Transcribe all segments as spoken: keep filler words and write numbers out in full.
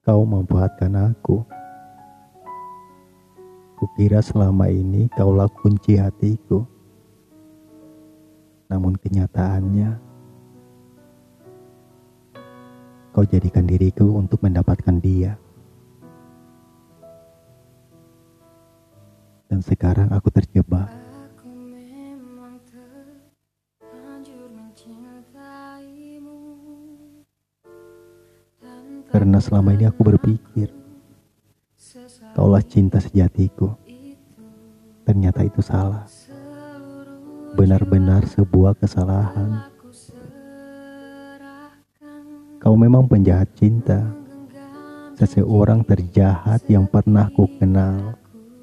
Kau memanfaatkan aku. Kukira selama ini kaulah kunci hatiku. Namun kenyataannya, kau jadikan diriku untuk mendapatkan dia. Dan sekarang aku terjebak. Karena selama ini aku berpikir kaulah cinta sejatiku. Ternyata itu salah. Benar-benar sebuah kesalahan. Kau memang penjahat cinta. Seseorang terjahat yang pernah ku kenal.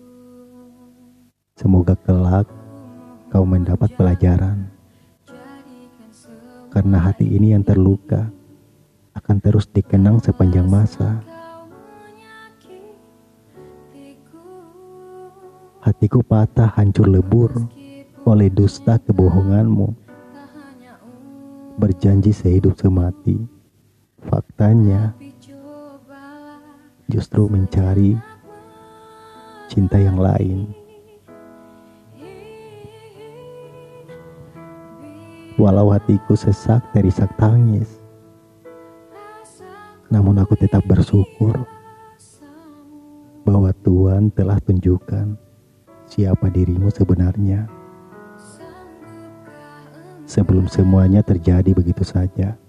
Semoga kelak kau mendapat pelajaran. Karena hati ini yang terluka akan terus dikenang sepanjang masa. Hatiku patah hancur lebur oleh dusta kebohonganmu. Berjanji sehidup semati, faktanya justru mencari cinta yang lain. Walau hatiku sesak terisak tangis, namun aku tetap bersyukur bahwa Tuhan telah tunjukkan siapa dirimu sebenarnya. Sebelum semuanya terjadi begitu saja.